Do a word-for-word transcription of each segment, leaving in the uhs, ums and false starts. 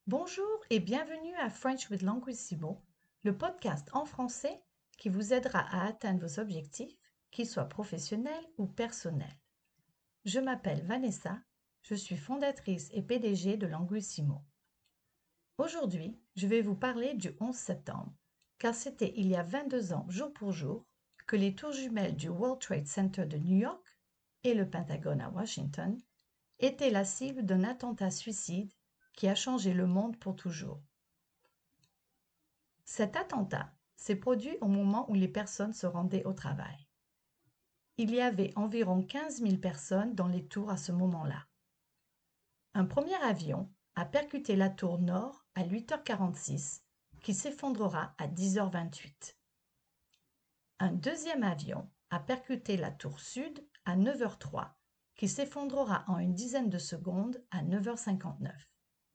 Bonjour et bienvenue à French with Languissimo, le podcast en français qui vous aidera à atteindre vos objectifs, qu'ils soient professionnels ou personnels. Je m'appelle Vanessa, je suis fondatrice et P D G de Languissimo. Aujourd'hui, je vais vous parler du onze septembre, car c'était il y a vingt-deux ans, jour pour jour, que les tours jumelles du World Trade Center de New York et le Pentagone à Washington étaient la cible d'un attentat suicide qui a changé le monde pour toujours. Cet attentat s'est produit au moment où les personnes se rendaient au travail. Il y avait environ quinze mille personnes dans les tours à ce moment-là. Un premier avion a percuté la tour nord à huit heures quarante-six, qui s'effondrera à dix heures vingt-huit. Un deuxième avion a percuté la tour sud à neuf heures trois, qui s'effondrera en une dizaine de secondes à neuf heures cinquante-neuf.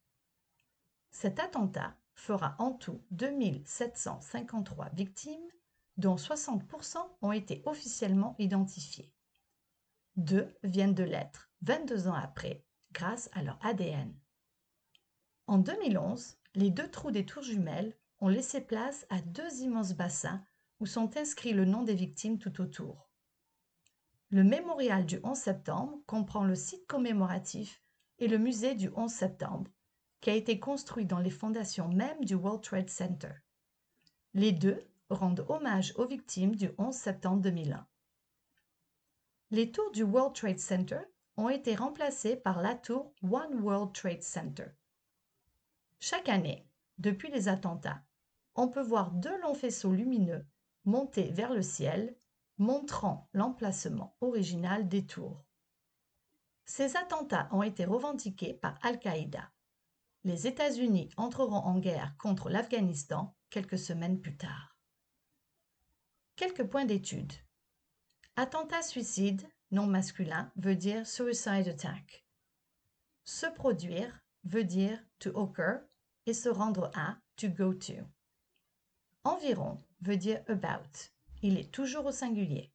Cet attentat fera en tout deux mille sept cent cinquante-trois victimes, dont soixante pour cent ont été officiellement identifiées. Deux viennent de l'être vingt-deux ans après, grâce à leur A D N. En deux mille onze, les deux trous des tours jumelles ont laissé place à deux immenses bassins où sont inscrits le nom des victimes tout autour. Le mémorial du onze septembre comprend le site commémoratif et le musée du onze septembre, qui a été construit dans les fondations mêmes du World Trade Center. Les deux rendent hommage aux victimes du onze septembre deux mille un. Les tours du World Trade Center ont été remplacées par la tour One World Trade Center. Chaque année, depuis les attentats, on peut voir deux longs faisceaux lumineux monter vers le ciel, montrant l'emplacement original des tours. Ces attentats ont été revendiqués par Al-Qaïda. Les États-Unis entreront en guerre contre l'Afghanistan quelques semaines plus tard. Quelques points d'étude. Attentat-suicide, nom masculin, veut dire suicide attack. Se produire veut dire to occur et se rendre à to go to. Environ veut dire about. Il est toujours au singulier.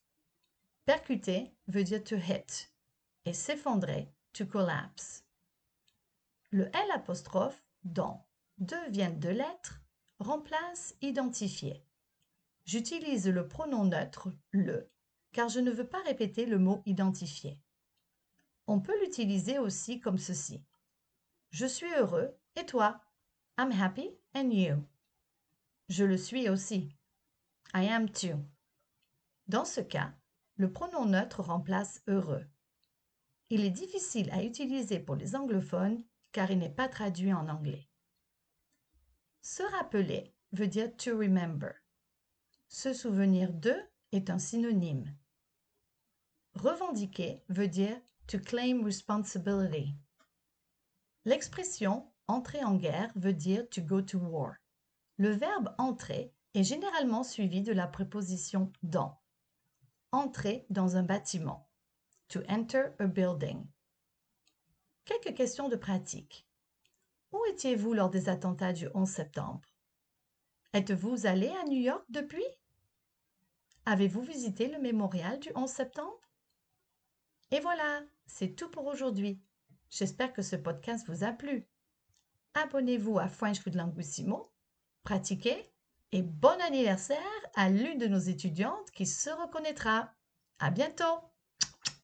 Percuter veut dire to hit et s'effondrer to collapse. Le L apostrophe dont deux viennent de lettres remplace identifié. J'utilise le pronom neutre le car je ne veux pas répéter le mot identifié. On peut l'utiliser aussi comme ceci. Je suis heureux et toi? I'm happy and you. Je le suis aussi. I am too. Dans ce cas, le pronom neutre remplace heureux. Il est difficile à utiliser pour les anglophones car il n'est pas traduit en anglais. Se rappeler veut dire to remember. Se souvenir de est un synonyme. Revendiquer veut dire to claim responsibility. L'expression entrer en guerre veut dire to go to war. Le verbe entrer est généralement suivi de la préposition dans. Entrer dans un bâtiment. To enter a building. Quelques questions de pratique. Où étiez-vous lors des attentats du onze septembre? Êtes-vous allé à New York depuis? Avez-vous visité le mémorial du onze septembre? Et voilà, c'est tout pour aujourd'hui. J'espère que ce podcast vous a plu. Abonnez-vous à French with Languissimo, pratiquez et bon anniversaire à l'une de nos étudiantes qui se reconnaîtra. À bientôt!